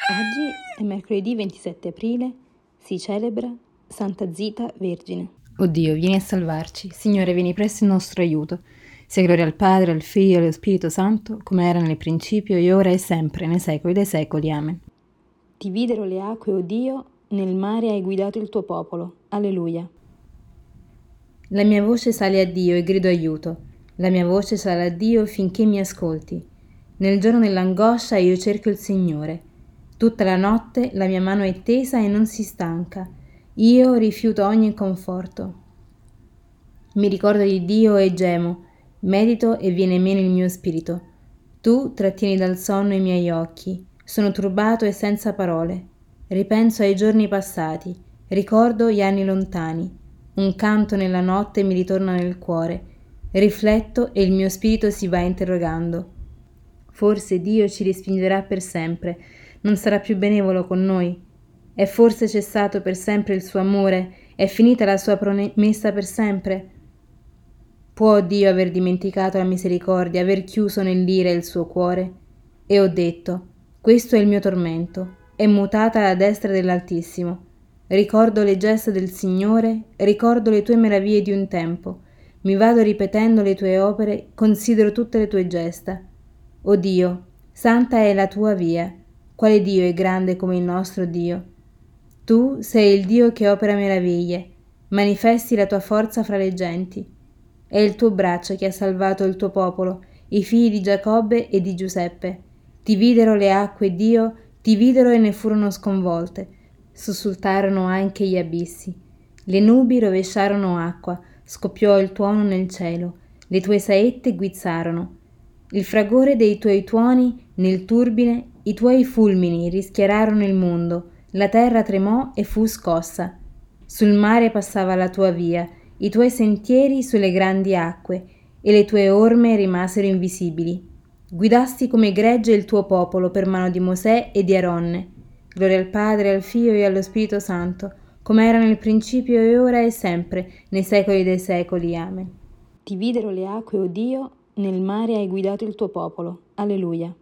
Oggi è mercoledì 27 aprile, si celebra Santa Zita Vergine. O Dio, vieni a salvarci. Signore, vieni presto in nostro aiuto. Sia gloria al Padre, al Figlio e allo Spirito Santo, come era nel principio, e ora e sempre, nei secoli dei secoli. Amen. Ti videro le acque, o Dio, nel mare hai guidato il tuo popolo. Alleluia. La mia voce sale a Dio e grido aiuto. La mia voce sale a Dio finché mi ascolti. Nel giorno dell'angoscia io cerco il Signore. Tutta la notte la mia mano è tesa e non si stanca. Io rifiuto ogni conforto. Mi ricordo di Dio e gemo, medito e viene meno il mio spirito. Tu trattieni dal sonno i miei occhi. Sono turbato e senza parole. Ripenso ai giorni passati, ricordo gli anni lontani. Un canto nella notte mi ritorna nel cuore. Rifletto e il mio spirito si va interrogando. Forse Dio ci respingerà per sempre, non sarà più benevolo con noi. È forse cessato per sempre il suo amore? È finita la sua promessa per sempre? Può Dio aver dimenticato la misericordia, aver chiuso nell'ira il suo cuore? E ho detto, questo è il mio tormento, è mutata alla destra dell'Altissimo. Ricordo le gesta del Signore, ricordo le tue meraviglie di un tempo. Mi vado ripetendo le tue opere, considero tutte le tue gesta. O Dio, santa è la tua via. Quale Dio è grande come il nostro Dio? Tu sei il Dio che opera meraviglie, manifesti la tua forza fra le genti. È il tuo braccio che ha salvato il tuo popolo, i figli di Giacobbe e di Giuseppe. Ti videro le acque, Dio, ti videro e ne furono sconvolte. Sussultarono anche gli abissi. Le nubi rovesciarono acqua, scoppiò il tuono nel cielo, le tue saette guizzarono. Il fragore dei tuoi tuoni nel turbine, i tuoi fulmini rischiararono il mondo, la terra tremò e fu scossa. Sul mare passava la tua via, i tuoi sentieri sulle grandi acque, e le tue orme rimasero invisibili. Guidasti come gregge il tuo popolo per mano di Mosè e di Aronne. Gloria al Padre, al Figlio e allo Spirito Santo, come era nel principio e ora e sempre, nei secoli dei secoli. Amen. Ti videro le acque, o Dio, nel mare hai guidato il tuo popolo. Alleluia.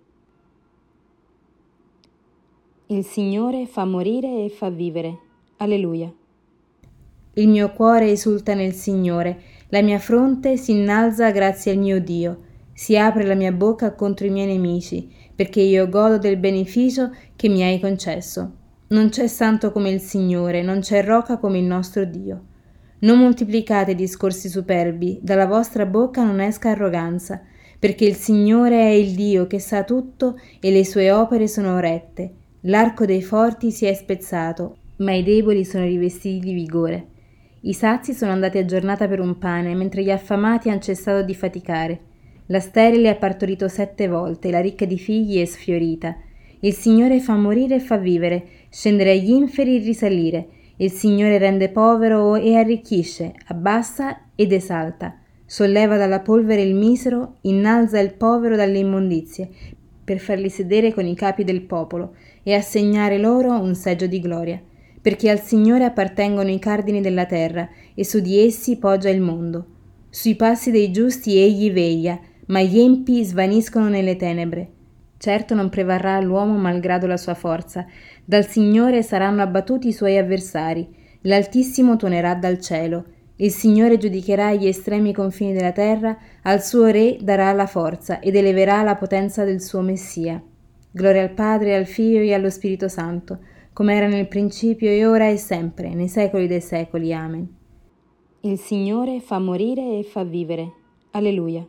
Il Signore fa morire e fa vivere. Alleluia. Il mio cuore esulta nel Signore, la mia fronte si innalza grazie al mio Dio. Si apre la mia bocca contro i miei nemici, perché io godo del beneficio che mi hai concesso. Non c'è santo come il Signore, non c'è rocca come il nostro Dio. Non moltiplicate discorsi superbi, dalla vostra bocca non esca arroganza, perché il Signore è il Dio che sa tutto e le sue opere sono rette. L'arco dei forti si è spezzato, ma i deboli sono rivestiti di vigore. I sazi sono andati a giornata per un pane, mentre gli affamati hanno cessato di faticare. La sterile ha partorito 7 volte, la ricca di figli è sfiorita. Il Signore fa morire e fa vivere, scendere agli inferi e risalire. Il Signore rende povero e arricchisce, abbassa ed esalta. Solleva dalla polvere il misero, innalza il povero dalle immondizie, per farli sedere con i capi del popolo e assegnare loro un seggio di gloria. Perché al Signore appartengono i cardini della terra, e su di essi poggia il mondo. Sui passi dei giusti egli veglia, ma gli empi svaniscono nelle tenebre. Certo non prevarrà l'uomo malgrado la sua forza. Dal Signore saranno abbattuti i suoi avversari. L'Altissimo tuonerà dal cielo. Il Signore giudicherà gli estremi confini della terra, al suo Re darà la forza ed eleverà la potenza del suo Messia. Gloria al Padre, al Figlio e allo Spirito Santo, come era nel principio e ora e sempre, nei secoli dei secoli. Amen. Il Signore fa morire e fa vivere. Alleluia.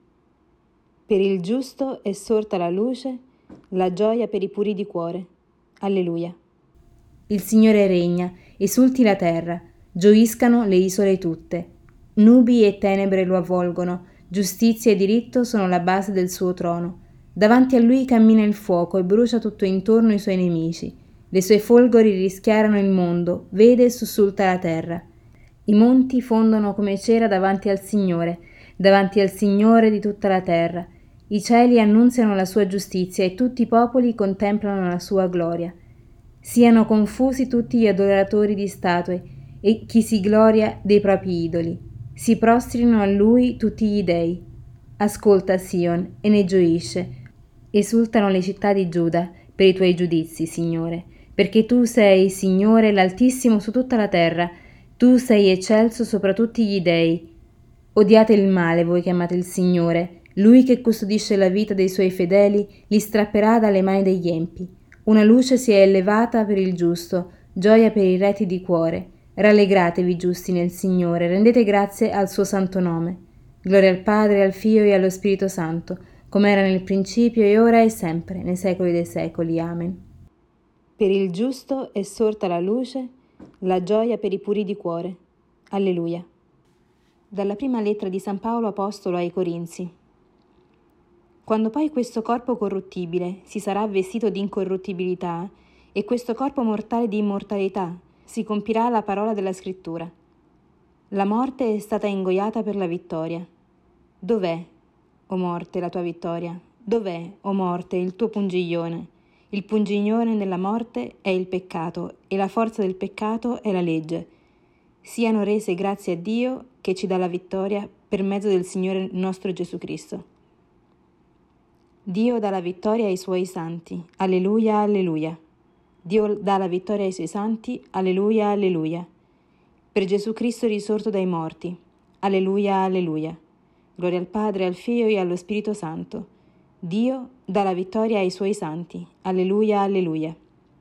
Per il giusto è sorta la luce, la gioia per i puri di cuore. Alleluia. Il Signore regna, esulti la terra, gioiscano le isole tutte. Nubi e tenebre lo avvolgono, giustizia e diritto sono la base del suo trono. Davanti a lui cammina il fuoco e brucia tutto intorno i suoi nemici. Le sue folgori rischiarano il mondo, vede e sussulta la terra. I monti fondono come cera davanti al Signore di tutta la terra. I cieli annunziano la sua giustizia e tutti i popoli contemplano la sua gloria. Siano confusi tutti gli adoratori di statue e chi si gloria dei propri idoli. Si prostrino a lui tutti gli dei. Ascolta Sion e ne gioisce. Esultano le città di Giuda, per i tuoi giudizi, Signore, perché tu sei, Signore, l'Altissimo su tutta la terra, tu sei eccelso sopra tutti gli dei. Odiate il male, voi che amate il Signore, Lui che custodisce la vita dei suoi fedeli, li strapperà dalle mani degli empi. Una luce si è elevata per il giusto, gioia per i reti di cuore. Rallegratevi giusti nel Signore, rendete grazie al suo santo nome. Gloria al Padre, al Figlio e allo Spirito Santo, come era nel principio e ora e sempre, nei secoli dei secoli. Amen. Per il giusto è sorta la luce, la gioia per i puri di cuore. Alleluia. Dalla prima lettera di San Paolo Apostolo ai Corinzi. Quando poi questo corpo corruttibile si sarà vestito di incorruttibilità e questo corpo mortale di immortalità, si compirà la parola della Scrittura. La morte è stata ingoiata per la vittoria. Dov'è, o morte, la tua vittoria? Dov'è, o morte, il tuo pungiglione? Il pungiglione della morte è il peccato e la forza del peccato è la legge. Siano rese grazie a Dio che ci dà la vittoria per mezzo del Signore nostro Gesù Cristo. Dio dà la vittoria ai suoi santi. Alleluia, alleluia. Dio dà la vittoria ai suoi santi. Alleluia, alleluia. Per Gesù Cristo risorto dai morti. Alleluia, alleluia. Gloria al Padre, al Figlio e allo Spirito Santo. Dio dà la vittoria ai suoi santi. Alleluia, alleluia.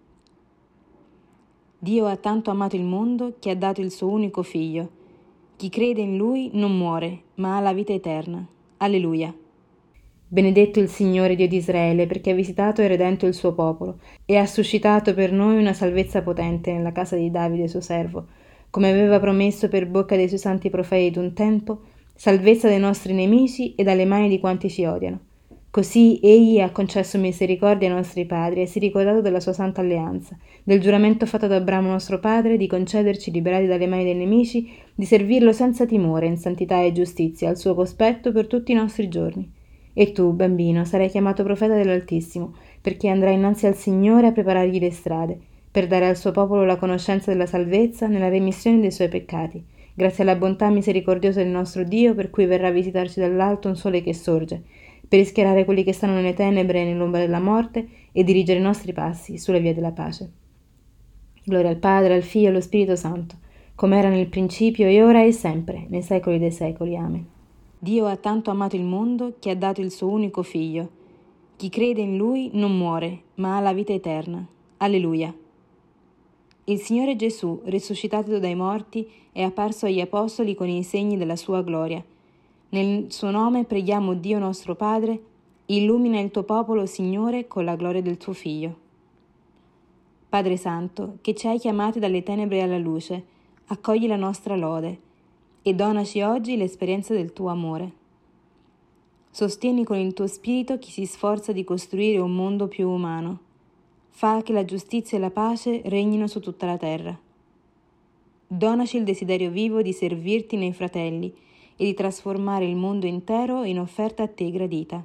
Dio ha tanto amato il mondo che ha dato il suo unico Figlio. Chi crede in Lui non muore, ma ha la vita eterna. Alleluia. Benedetto il Signore Dio di Israele, perché ha visitato e redento il suo popolo, e ha suscitato per noi una salvezza potente nella casa di Davide suo servo, come aveva promesso per bocca dei suoi santi profeti d'un tempo, salvezza dai nostri nemici e dalle mani di quanti ci odiano. Così egli ha concesso misericordia ai nostri padri e si è ricordato della sua santa alleanza, del giuramento fatto ad Abramo nostro padre di concederci, liberati dalle mani dei nemici, di servirlo senza timore, in santità e giustizia, al suo cospetto per tutti i nostri giorni. E tu, bambino, sarai chiamato profeta dell'Altissimo, perché andrai innanzi al Signore a preparargli le strade, per dare al suo popolo la conoscenza della salvezza nella remissione dei suoi peccati, grazie alla bontà misericordiosa del nostro Dio, per cui verrà a visitarci dall'alto un sole che sorge, per rischiarare quelli che stanno nelle tenebre e nell'ombra della morte e dirigere i nostri passi sulle vie della pace. Gloria al Padre, al Figlio e allo Spirito Santo, come era nel principio e ora e sempre, nei secoli dei secoli. Amen. Dio ha tanto amato il mondo che ha dato il suo unico Figlio. Chi crede in Lui non muore, ma ha la vita eterna. Alleluia. Il Signore Gesù, risuscitato dai morti, è apparso agli Apostoli con i segni della sua gloria. Nel suo nome preghiamo Dio nostro Padre, illumina il tuo popolo, Signore, con la gloria del tuo Figlio. Padre Santo, che ci hai chiamati dalle tenebre alla luce, accogli la nostra lode e donaci oggi l'esperienza del tuo amore. Sostieni con il tuo spirito chi si sforza di costruire un mondo più umano. Fa che la giustizia e la pace regnino su tutta la terra. Donaci il desiderio vivo di servirti nei fratelli e di trasformare il mondo intero in offerta a te gradita.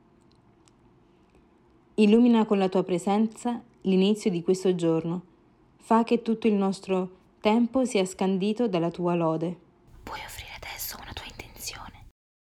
Illumina con la tua presenza l'inizio di questo giorno. Fa che tutto il nostro tempo sia scandito dalla tua lode. Puoi offrire adesso una tua intenzione.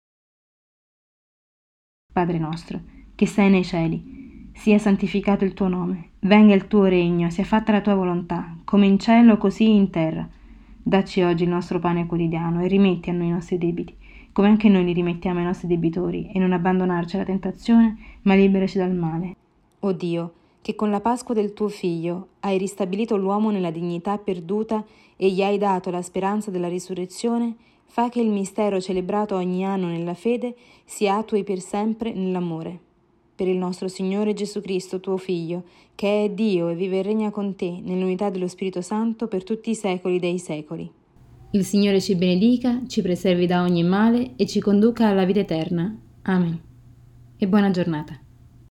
Padre nostro, che sei nei cieli, sia santificato il tuo nome, venga il tuo regno, sia fatta la tua volontà, come in cielo così in terra. Dacci oggi il nostro pane quotidiano e rimetti a noi i nostri debiti, come anche noi li rimettiamo ai nostri debitori, e non abbandonarci alla tentazione, ma liberaci dal male. O Dio, che con la Pasqua del tuo Figlio hai ristabilito l'uomo nella dignità perduta e gli hai dato la speranza della risurrezione, fa che il mistero celebrato ogni anno nella fede si attui per sempre nell'amore. Per il nostro Signore Gesù Cristo, tuo Figlio, che è Dio e vive e regna con te nell'unità dello Spirito Santo per tutti i secoli dei secoli. Il Signore ci benedica, ci preservi da ogni male e ci conduca alla vita eterna. Amen. E buona giornata.